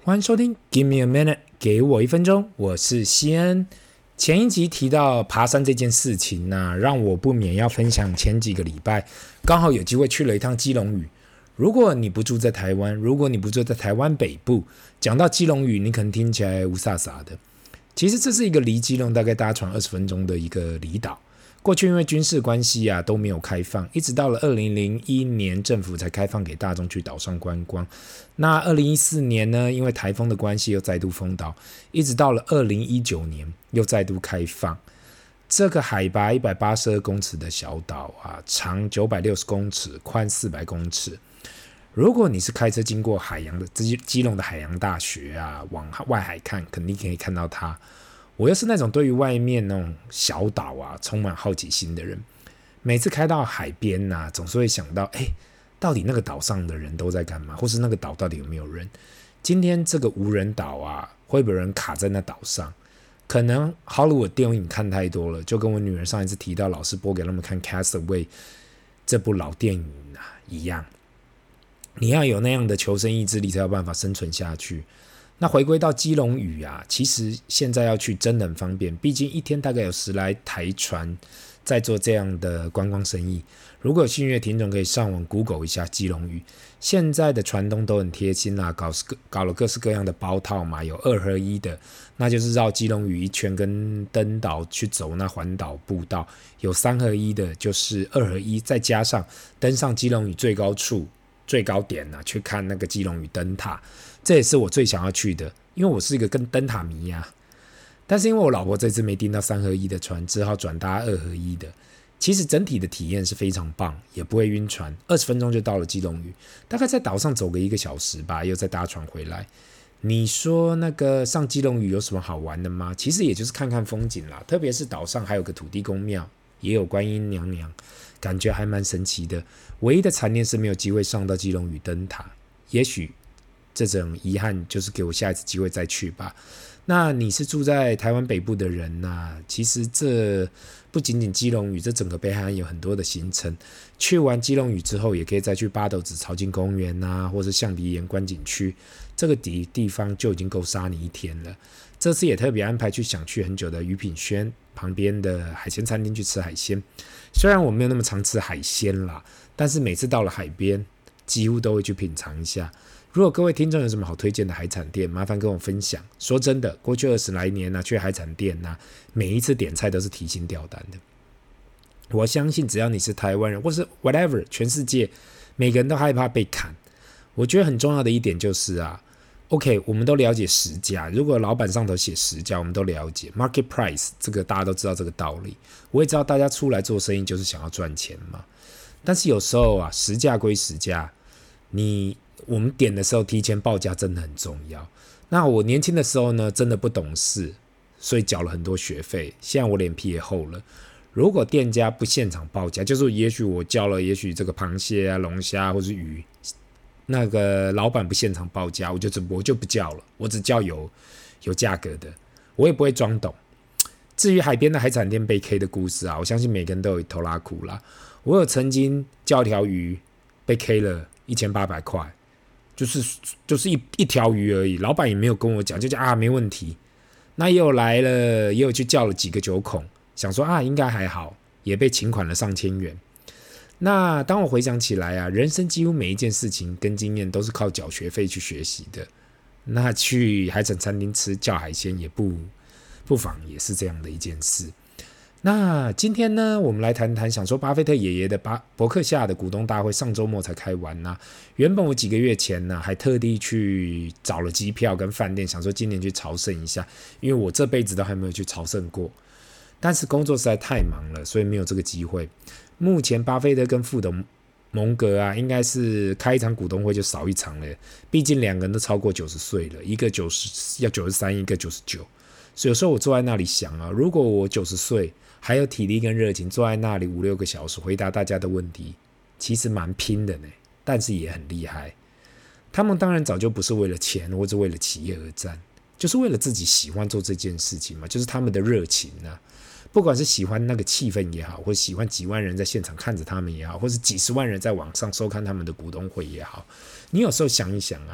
欢迎收听 Give me a minute， 给我一分钟，我是西恩。前一集提到爬山这件事情让我不免要分享前几个礼拜刚好有机会去了一趟基隆屿。如果你不住在台湾，如果你不住在台湾北部，讲到基隆屿你可能听起来乌撒撒的，其实这是一个离基隆大概搭船20分钟的一个离岛。过去因为军事关系都没有开放，一直到了2001年政府才开放给大众去岛上观光。那2014年呢，因为台风的关系又再度封岛，一直到了2019年又再度开放。这个海拔182公尺的小岛长960公尺，宽400公尺。如果你是开车经过海洋的基隆的海洋大学往外海看，肯定可以看到它。我又是那种对于外面那种小岛充满好奇心的人，每次开到海边总是会想到到底那个岛上的人都在干嘛，或是那个岛到底有没有人。今天这个无人岛会不会有人卡在那岛上？可能好莱坞电影看太多了，就跟我女儿上一次提到老师播给他们看 Castaway 这部老电影一样，你要有那样的求生意志力才有办法生存下去。那回归到基隆屿其实现在要去真的很方便，毕竟一天大概有10来台船在做这样的观光生意。如果有兴趣的听众可以上网 Google 一下基隆屿，现在的船东都很贴心搞了各式各样的包套嘛，有2合1的，那就是绕基隆屿一圈跟登岛去走那环岛步道，有3合1的，就是2合1，再加上登上基隆屿最高点去看那个基隆屿灯塔，这也是我最想要去的，因为我是一个跟灯塔迷但是因为我老婆这次没订到3合1的船，只好转搭2合1的。其实整体的体验是非常棒，也不会晕船，20分钟就到了基隆屿，大概在岛上走个1个小时吧，又再搭船回来。你说那个上基隆屿有什么好玩的吗？其实也就是看看风景啦，特别是岛上还有个土地公庙，也有观音娘娘，感觉还蛮神奇的。唯一的残念是没有机会上到基隆屿灯塔，也许这种遗憾就是给我下一次机会再去吧。那你是住在台湾北部的人其实这不仅仅基隆屿，这整个北海岸有很多的行程。去完基隆屿之后，也可以再去八斗子潮境公园或是象鼻岩观景区，这个地方就已经够杀你一天了。这次也特别安排去想去很久的鱼品轩旁边的海鲜餐厅去吃海鲜。虽然我没有那么常吃海鲜啦，但是每次到了海边几乎都会去品尝一下。如果各位听众有什么好推荐的海产店，麻烦跟我分享。说真的，过去20来年去海产店每一次点菜都是提心吊胆的。我相信只要你是台湾人或是 whatever， 全世界每个人都害怕被砍。我觉得很重要的一点就是OK， 我们都了解实价，如果老板上头写实价，我们都了解 market price， 这个大家都知道这个道理。我也知道大家出来做生意就是想要赚钱嘛，但是有时候实价归实价，我们点的时候提前报价真的很重要。那我年轻的时候呢，真的不懂事，所以缴了很多学费。现在我脸皮也厚了，如果店家不现场报价，就是也许我叫了这个螃蟹龙虾或是鱼，那个老板不现场报价，我就不叫了，我只叫有价格的，我也不会装懂。至于海边的海产店被 K 的故事我相信每个人都有一头拉苦啦。我有曾经叫一条鱼被 K 了1800块，就是一条鱼而已，老板也没有跟我讲，就讲没问题。那也有来了，也有去叫了几个酒孔，想说应该还好，也被请款了上千元。那当我回想起来人生几乎每一件事情跟经验都是靠缴学费去学习的。那去海产餐厅叫海鲜也不妨也是这样的一件事。那今天呢，我们来谈谈，想说巴菲特爷爷的伯克夏的股东大会上周末才开完原本我几个月前还特地去找了机票跟饭店，想说今年去朝圣一下，因为我这辈子都还没有去朝圣过，但是工作实在太忙了，所以没有这个机会。目前巴菲特跟副董蒙格应该是开一场股东会就少一场了，毕竟两个人都超过90岁了，一个要93，一个99。所以有时候我坐在那里想如果我90岁还有体力跟热情坐在那里5-6个小时回答大家的问题，其实蛮拼的呢，但是也很厉害。他们当然早就不是为了钱或者为了企业而战，就是为了自己喜欢做这件事情嘛，就是他们的热情不管是喜欢那个气氛也好，或者喜欢几万人在现场看着他们也好，或是几十万人在网上收看他们的股东会也好，你有时候想一想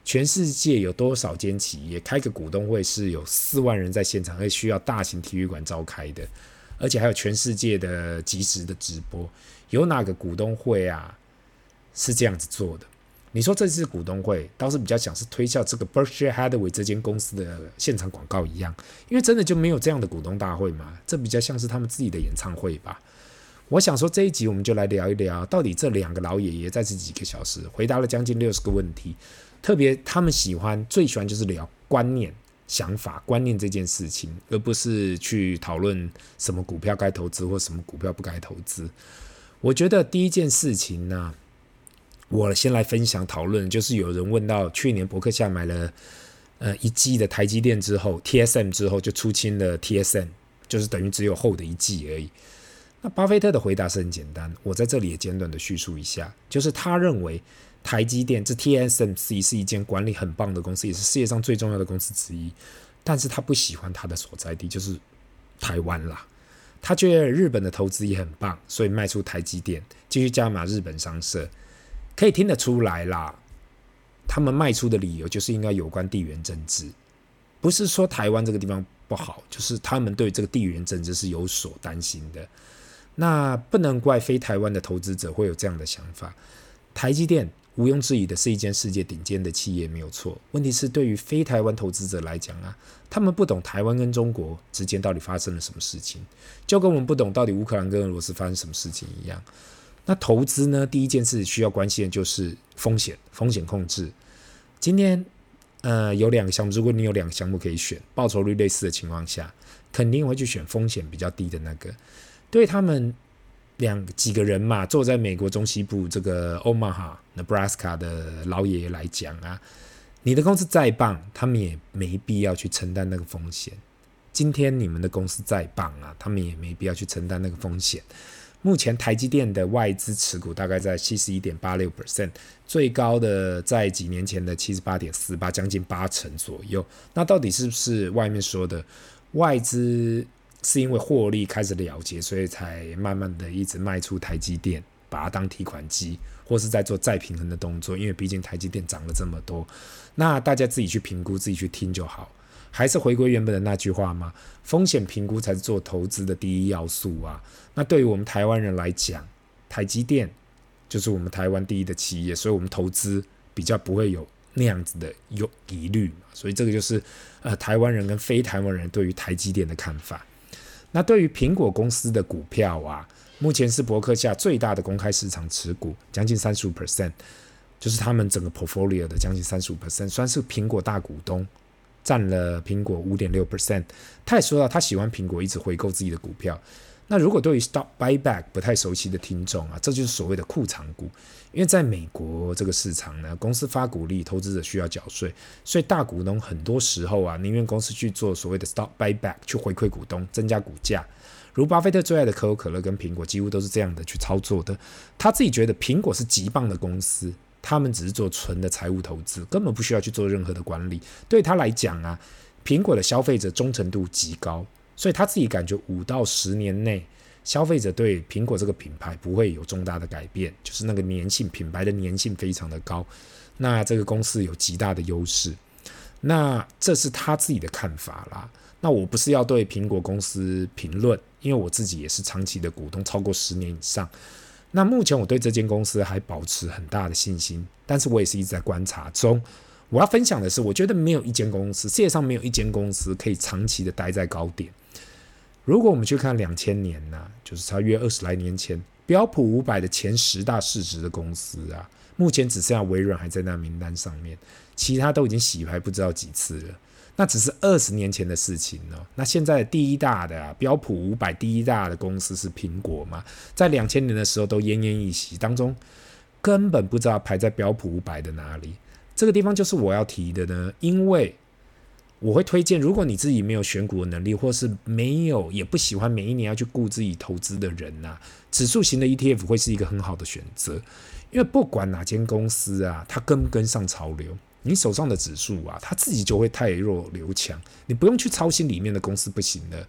全世界有多少间企业开个股东会是有4万人在现场，而需要大型体育馆召开的，而且还有全世界的即时的直播，有哪个股东会啊是这样子做的？你说这次股东会倒是比较像是推销这个 Berkshire Hathaway 这间公司的现场广告一样，因为真的就没有这样的股东大会嘛，这比较像是他们自己的演唱会吧。我想说这一集我们就来聊一聊，到底这2个老爷爷在这几个小时回答了将近60个问题，特别他们最喜欢就是聊观念、想法、观念这件事情，而不是去讨论什么股票该投资或什么股票不该投资。我觉得第一件事情呢，我先来分享讨论，就是有人问到去年伯克夏买了1季的台积电之后 TSM 之后就出清了 TSM， 就是等于只有后的1季而已。那巴菲特的回答是很简单，我在这里也简短的叙述一下，就是他认为台积电这 TSMC 是一间管理很棒的公司，也是世界上最重要的公司之一，但是他不喜欢他的所在地，就是台湾啦。他觉得日本的投资也很棒，所以卖出台积电，继续加码日本商社。可以听得出来啦，他们卖出的理由就是应该有关地缘政治，不是说台湾这个地方不好，就是他们对这个地缘政治是有所担心的。那不能怪非台湾的投资者会有这样的想法。台积电毋庸置疑的是一间世界顶尖的企业，没有错。问题是对于非台湾投资者来讲啊，他们不懂台湾跟中国之间到底发生了什么事情，就跟我们不懂到底乌克兰跟俄罗斯发生什么事情一样。那投资呢，第一件事需要关心的就是风险控制。今天有2个项目，如果你有2个项目可以选，报酬率类似的情况下，肯定会去选风险比较低的那个。对他们几个人嘛，坐在美国中西部这个 Omaha、Nebraska 的老爷爷来讲啊，你的公司再棒，他们也没必要去承担那个风险。今天你们的公司再棒啊，他们也没必要去承担那个风险。目前台积电的外资持股大概在 71.86%， 最高的在几年前的 78.48%， 将近80%左右。那到底是不是外面说的外资是因为获利开始了结，所以才慢慢的一直卖出台积电，把它当提款机，或是在做再平衡的动作？因为毕竟台积电涨了这么多，那大家自己去评估，自己去听就好。还是回归原本的那句话嘛，风险评估才是做投资的第一要素啊。那对于我们台湾人来讲，台积电就是我们台湾第一的企业，所以我们投资比较不会有那样子的疑虑嘛。所以这个就是台湾人跟非台湾人对于台积电的看法。那对于苹果公司的股票啊，目前是伯克夏最大的公开市场持股，将近 35%， 就是他们整个 portfolio 的将近 35%， 算是苹果大股东，占了苹果 5.6%。 他也说到他喜欢苹果一直回购自己的股票。那如果对于 stock buyback 不太熟悉的听众啊，这就是所谓的库藏股。因为在美国这个市场呢，公司发股利，投资者需要缴税，所以大股东很多时候啊，宁愿公司去做所谓的 stock buyback 去回馈股东，增加股价。如巴菲特最爱的可口可乐跟苹果几乎都是这样的去操作的。他自己觉得苹果是极棒的公司，他们只是做纯的财务投资，根本不需要去做任何的管理。对他来讲啊，苹果的消费者忠诚度极高，所以他自己感觉5到10年内消费者对苹果这个品牌不会有重大的改变，就是那个粘性，品牌的粘性非常的高。那这个公司有极大的优势，那这是他自己的看法啦。那我不是要对苹果公司评论，因为我自己也是长期的股东，超过10年以上。那目前我对这间公司还保持很大的信心，但是我也是一直在观察中。我要分享的是，我觉得没有一间公司，世界上没有一间公司可以长期的待在高点。如果我们去看2000年啊，就是超约20来年前，标普500的前10大市值的公司啊，目前只剩下微软还在那名单上面，其他都已经洗牌不知道几次了。那只是20年前的事情呢。那现在第一大的标普500第一大的公司是苹果嘛，在2000年的时候都奄奄一息当中，根本不知道排在标普500的哪里。这个地方就是我要提的呢，因为我会推荐，如果你自己没有选股的能力，或是没有也不喜欢每一年要去顾自己投资的人啊，指数型的 ETF 会是一个很好的选择。因为不管哪间公司啊，它跟不跟上潮流，你手上的指数啊，它自己就会太弱留强，你不用去操心里面的公司不行了。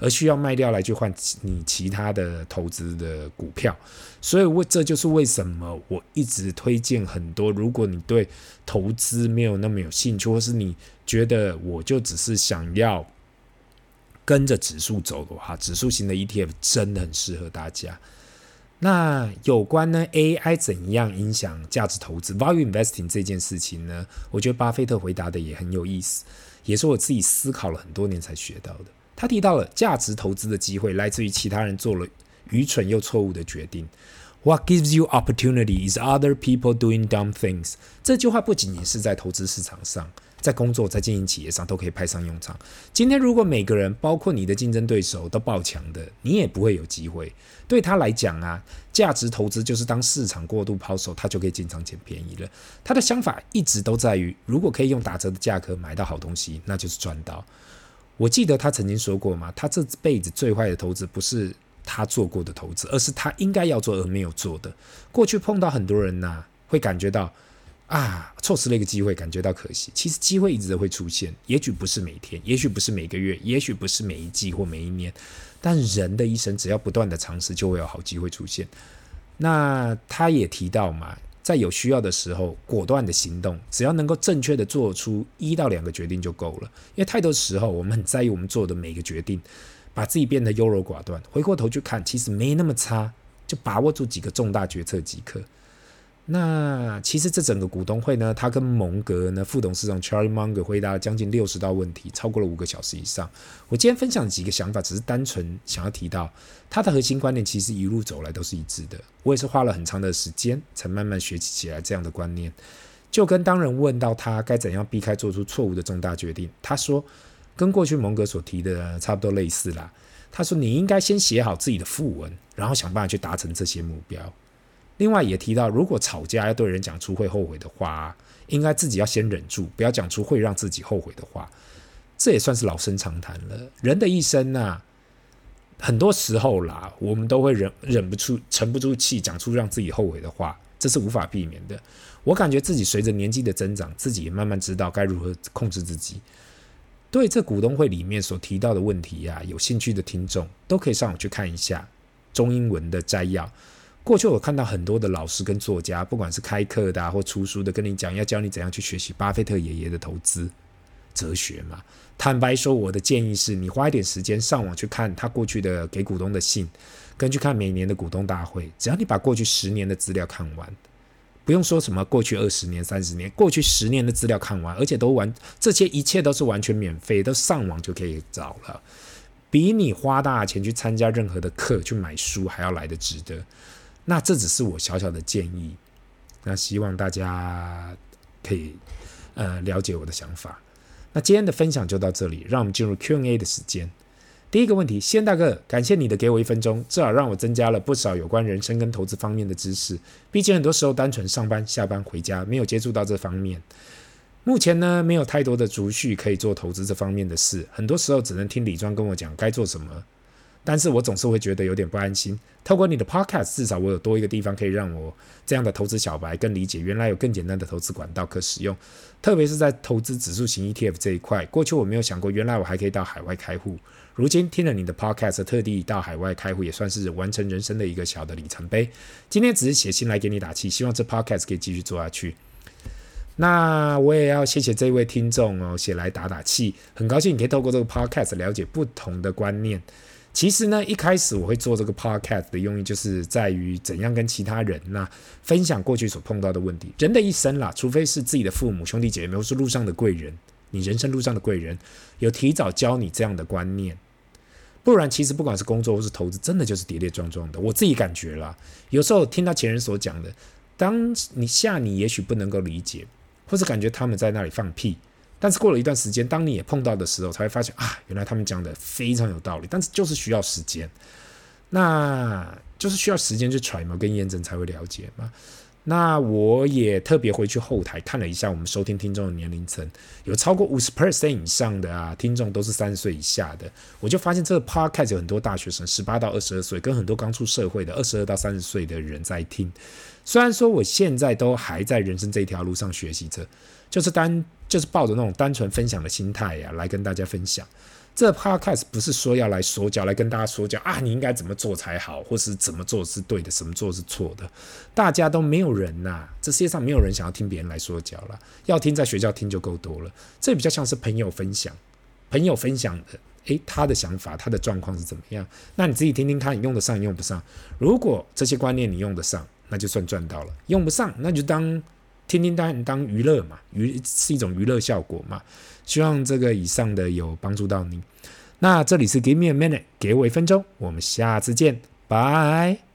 而需要卖掉来去换你其他的投资的股票。所以这就是为什么我一直推荐很多，如果你对投资没有那么有兴趣，或是你觉得我就只是想要跟着指数走的话，指数型的 ETF 真的很适合大家。那有关呢 AI 怎样影响价值投资 Value Investing 这件事情呢，我觉得巴菲特回答的也很有意思，也是我自己思考了很多年才学到的。他提到了价值投资的机会来自于其他人做了愚蠢又错误的决定。What gives you opportunity is other people doing dumb things。 这句话不仅仅是在投资市场上，在工作在经营企业上都可以派上用场。今天如果每个人包括你的竞争对手都爆强的，你也不会有机会。对他来讲啊，价值投资就是当市场过度抛售，他就可以进场捡便宜了。他的想法一直都在于，如果可以用打折的价格买到好东西，那就是赚到。我记得他曾经说过嘛，他这辈子最坏的投资不是他做过的投资，而是他应该要做而没有做的。过去碰到很多人会感觉到错失了一个机会，感觉到可惜。其实机会一直都会出现，也许不是每天，也许不是每个月，也许不是每一季或每一年，但人的一生只要不断的尝试，就会有好机会出现。那他也提到嘛，在有需要的时候果断的行动，只要能够正确的做出1到2个决定就够了。因为太多时候我们很在意我们做的每个决定，把自己变得优柔寡断，回过头去看其实没那么差，就把握住几个重大决策即可。那其实这整个股东会呢，他跟蒙格呢副董事长 Charlie Munger 回答了将近60道问题，超过了5个小时以上。我今天分享的几个想法只是单纯想要提到他的核心观念，其实一路走来都是一致的。我也是花了很长的时间才慢慢学习起来这样的观念。就跟当人问到他该怎样避开做出错误的重大决定，他说跟过去蒙格所提的差不多类似啦。他说你应该先写好自己的讣文，然后想办法去达成这些目标。另外也提到，如果吵架要对人讲出会后悔的话，应该自己要先忍住，不要讲出会让自己后悔的话。这也算是老生常谈了。人的一生很多时候啦，我们都会沉不住气，讲出让自己后悔的话，这是无法避免的。我感觉自己随着年纪的增长，自己也慢慢知道该如何控制自己。对这股东会里面所提到的问题有兴趣的听众都可以上网去看一下中英文的摘要。过去我看到很多的老师跟作家，不管是开课的或出书的，跟你讲要教你怎样去学习巴菲特爷爷的投资哲学嘛。坦白说，我的建议是你花一点时间上网去看他过去的给股东的信，跟去看每年的股东大会。只要你把过去10年的资料看完，不用说什么过去20年30年，过去10年的资料看完，而且这些一切都是完全免费，都上网就可以找了，比你花大钱去参加任何的课去买书还要来得值得。那这只是我小小的建议，那希望大家可以了解我的想法。那今天的分享就到这里，让我们进入 Q&A 的时间。第一个问题，西恩大哥，感谢你的给我1分钟，至少让我增加了不少有关人生跟投资方面的知识。毕竟很多时候单纯上班下班回家，没有接触到这方面。目前呢，没有太多的储蓄可以做投资这方面的事，很多时候只能听理专跟我讲该做什么。但是我总是会觉得有点不安心。透过你的 podcast， 至少我有多一个地方可以让我这样的投资小白更理解原来有更简单的投资管道可使用，特别是在投资指数型 ETF 这一块，过去我没有想过原来我还可以到海外开户。如今听了你的 podcast， 特地到海外开户，也算是完成人生的一个小的里程碑。今天只是写信来给你打气，希望这 podcast 可以继续做下去。那我也要谢谢这位听众写来打气，很高兴你可以透过这个 podcast 了解不同的观念。其实呢，一开始我会做这个 podcast 的用意，就是在于怎样跟其他人分享过去所碰到的问题。人的一生啦，除非是自己的父母、兄弟姐妹，或是路上的贵人，你人生路上的贵人有提早教你这样的观念，不然其实不管是工作或是投资，真的就是跌跌撞撞的。我自己感觉啦，有时候听到前人所讲的，当你也许不能够理解，或是感觉他们在那里放屁，但是过了一段时间，当你也碰到的时候，才会发现原来他们讲的非常有道理，但是就是需要时间，那就是需要时间去揣摩跟验证才会了解嘛。那我也特别回去后台看了一下我们收听听众的年龄层，有超过 50% 以上的听众都是30岁以下的。我就发现这个 podcast 有很多大学生18到22岁，跟很多刚出社会的22到30岁的人在听。虽然说我现在都还在人生这一条路上学习着，就是抱着那种单纯分享的心态来跟大家分享。 这 podcast 不是说要来说教，来跟大家说教啊，你应该怎么做才好，或是怎么做是对的，怎么做是错的。大家都没有人这世界上没有人想要听别人来说教啦，要听在学校听就够多了。这比较像是朋友分享的，他的想法，他的状况是怎么样？那你自己听听看，你用得上，用不上。如果这些观念你用得上，那就算赚到了；用不上，那就听听当娱乐嘛，是一种娱乐效果嘛。希望这个以上的有帮助到你。那这里是 Give me a minute， 给我1分钟，我们下次见，拜。